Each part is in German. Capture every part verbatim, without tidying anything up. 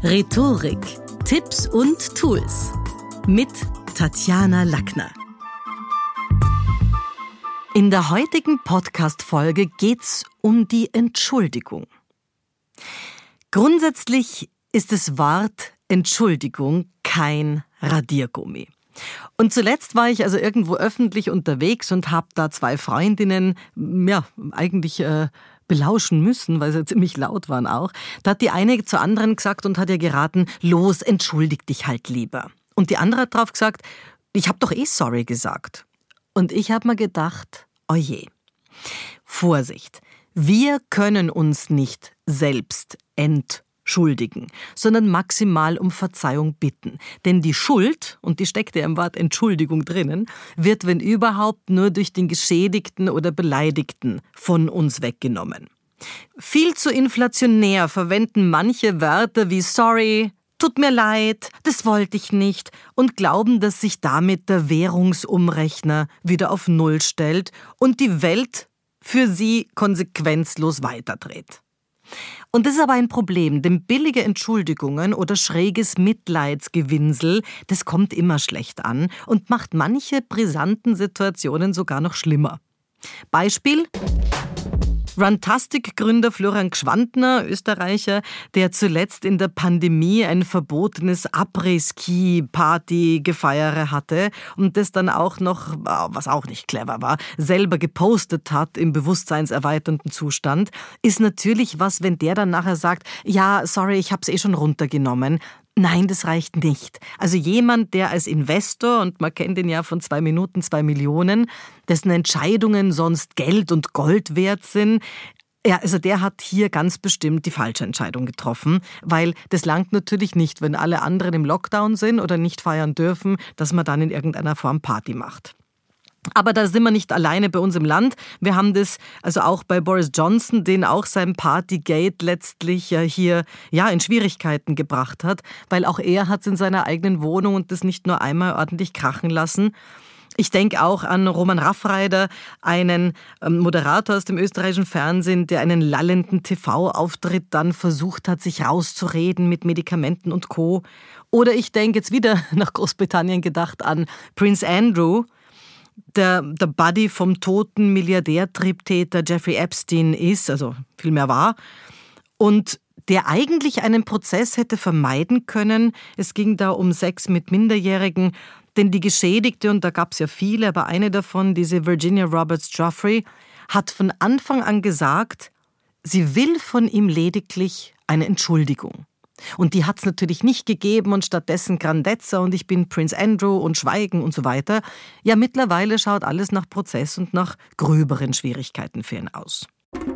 Rhetorik, Tipps und Tools mit Tatjana Lackner. In der heutigen Podcast-Folge geht's um die Entschuldigung. Grundsätzlich ist das Wort Entschuldigung kein Radiergummi. Und zuletzt war ich also irgendwo öffentlich unterwegs und habe da zwei Freundinnen, ja, eigentlich äh, belauschen müssen, weil sie ziemlich laut waren auch. Da hat die eine zur anderen gesagt und hat ihr geraten, los, entschuldig dich halt lieber. Und die andere hat drauf gesagt, ich habe doch eh sorry gesagt. Und ich habe mir gedacht, oje, Vorsicht, wir können uns nicht selbst entschuldigen, sondern maximal um Verzeihung bitten. Denn die Schuld, und die steckt ja im Wort Entschuldigung drinnen, wird, wenn überhaupt, nur durch den Geschädigten oder Beleidigten von uns weggenommen. Viel zu inflationär verwenden manche Wörter wie sorry, tut mir leid, das wollte ich nicht und glauben, dass sich damit der Währungsumrechner wieder auf Null stellt und die Welt für sie konsequenzlos weiterdreht. Und das ist aber ein Problem, denn billige Entschuldigungen oder schräges Mitleidsgewinsel, das kommt immer schlecht an und macht manche brisanten Situationen sogar noch schlimmer. Beispiel: Runtastic-Gründer Florian Gschwandner, Österreicher, der zuletzt in der Pandemie ein verbotenes Après-Ski-Party-Gefeiere hatte und das dann auch noch, was auch nicht clever war, selber gepostet hat im bewusstseinserweiternden Zustand, ist natürlich was, wenn der dann nachher sagt, ja, sorry, ich hab's eh schon runtergenommen. Nein, das reicht nicht. Also jemand, der als Investor, und man kennt ihn ja von zwei Minuten, zwei Millionen, dessen Entscheidungen sonst Geld und Gold wert sind, ja, also der hat hier ganz bestimmt die falsche Entscheidung getroffen, weil das langt natürlich nicht, wenn alle anderen im Lockdown sind oder nicht feiern dürfen, dass man dann in irgendeiner Form Party macht. Aber da sind wir nicht alleine bei uns im Land. Wir haben das also auch bei Boris Johnson, den auch sein Partygate letztlich ja hier ja in Schwierigkeiten gebracht hat, weil auch er hat es in seiner eigenen Wohnung und das nicht nur einmal ordentlich krachen lassen. Ich denke auch an Roman Raffreider, einen Moderator aus dem österreichischen Fernsehen, der einen lallenden T V-Auftritt dann versucht hat, sich rauszureden mit Medikamenten und Co. Oder ich denke jetzt wieder nach Großbritannien gedacht an Prince Andrew, der der Buddy vom toten Milliardärtriebtäter Jeffrey Epstein ist, also vielmehr war, und der eigentlich einen Prozess hätte vermeiden können. Es ging da um Sex mit Minderjährigen, denn die Geschädigte, und da gab es ja viele, aber eine davon, diese Virginia Roberts Giuffre, hat von Anfang an gesagt, sie will von ihm lediglich eine Entschuldigung. Und die hat es natürlich nicht gegeben und stattdessen Grandezza und ich bin Prince Andrew und Schweigen und so weiter. Ja, mittlerweile schaut alles nach Prozess und nach gröberen Schwierigkeiten für ihn aus.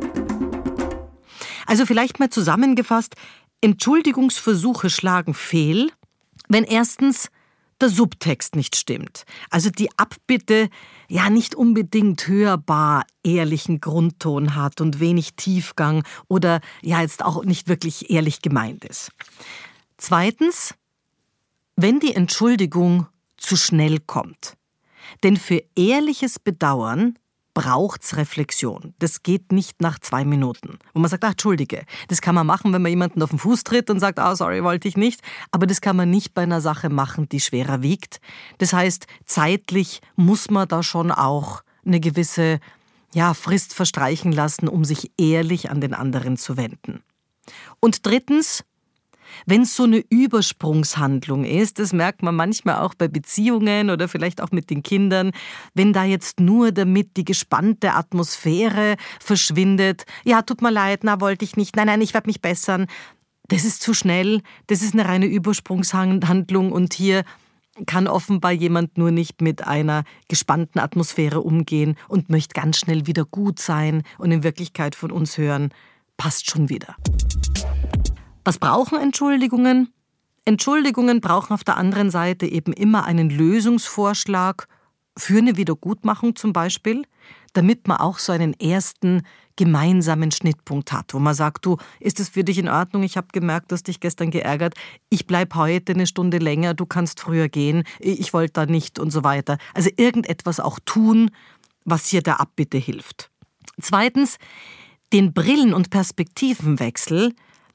Also vielleicht mal zusammengefasst, Entschuldigungsversuche schlagen fehl, wenn erstens der Subtext nicht stimmt. Also die Abbitte ja nicht unbedingt hörbar ehrlichen Grundton hat und wenig Tiefgang oder ja jetzt auch nicht wirklich ehrlich gemeint ist. Zweitens, wenn die Entschuldigung zu schnell kommt. Denn für ehrliches Bedauern braucht's Reflexion. Das geht nicht nach zwei Minuten. Wo man sagt, ach, entschuldige. Das kann man machen, wenn man jemanden auf den Fuß tritt und sagt, ah, sorry, wollte ich nicht. Aber das kann man nicht bei einer Sache machen, die schwerer wiegt. Das heißt, zeitlich muss man da schon auch eine gewisse ja, Frist verstreichen lassen, um sich ehrlich an den anderen zu wenden. Und drittens, wenn es so eine Übersprungshandlung ist, das merkt man manchmal auch bei Beziehungen oder vielleicht auch mit den Kindern, wenn da jetzt nur damit die gespannte Atmosphäre verschwindet, ja, tut mir leid, na, wollte ich nicht, nein, nein, ich werde mich bessern, das ist zu schnell, das ist eine reine Übersprungshandlung und hier kann offenbar jemand nur nicht mit einer gespannten Atmosphäre umgehen und möchte ganz schnell wieder gut sein und in Wirklichkeit von uns hören, passt schon wieder. Was brauchen Entschuldigungen? Entschuldigungen brauchen auf der anderen Seite eben immer einen Lösungsvorschlag für eine Wiedergutmachung zum Beispiel, damit man auch so einen ersten gemeinsamen Schnittpunkt hat, wo man sagt, du, ist es für dich in Ordnung? Ich habe gemerkt, du hast dich gestern geärgert. Ich bleibe heute eine Stunde länger, du kannst früher gehen, ich wollte da nicht und so weiter. Also irgendetwas auch tun, was hier der Abbitte hilft. Zweitens, den Brillen- und Perspektivenwechsel,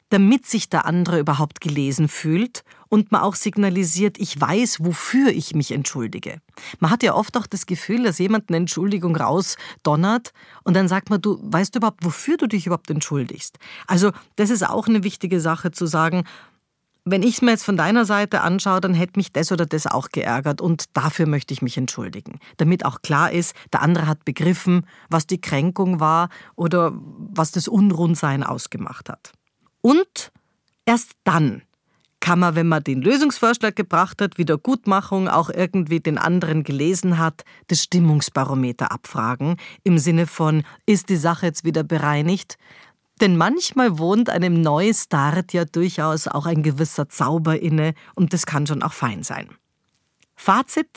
damit sich der andere überhaupt gelesen fühlt und man auch signalisiert, ich weiß, wofür ich mich entschuldige. Man hat ja oft auch das Gefühl, dass jemand eine Entschuldigung rausdonnert und dann sagt man, du weißt du überhaupt, wofür du dich überhaupt entschuldigst? Also das ist auch eine wichtige Sache zu sagen, wenn ich es mir jetzt von deiner Seite anschaue, dann hätte mich das oder das auch geärgert und dafür möchte ich mich entschuldigen. Damit auch klar ist, der andere hat begriffen, was die Kränkung war oder was das Unrundsein ausgemacht hat. Und erst dann kann man, wenn man den Lösungsvorschlag gebracht hat, Wiedergutmachung auch irgendwie den anderen gelesen hat, das Stimmungsbarometer abfragen, im Sinne von, ist die Sache jetzt wieder bereinigt? Denn manchmal wohnt einem Neustart ja durchaus auch ein gewisser Zauber inne und das kann schon auch fein sein. Fazit: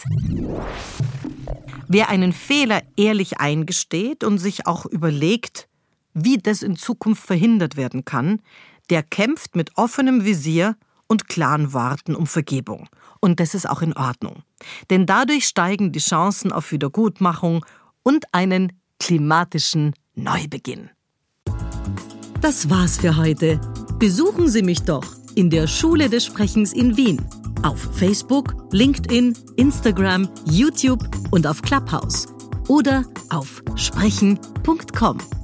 Wer einen Fehler ehrlich eingesteht und sich auch überlegt, wie das in Zukunft verhindert werden kann, der kämpft mit offenem Visier und klaren Worten um Vergebung. Und das ist auch in Ordnung. Denn dadurch steigen die Chancen auf Wiedergutmachung und einen klimatischen Neubeginn. Das war's für heute. Besuchen Sie mich doch in der Schule des Sprechens in Wien. Auf Facebook, LinkedIn, Instagram, YouTube und auf Clubhouse. Oder auf sprechen punkt com.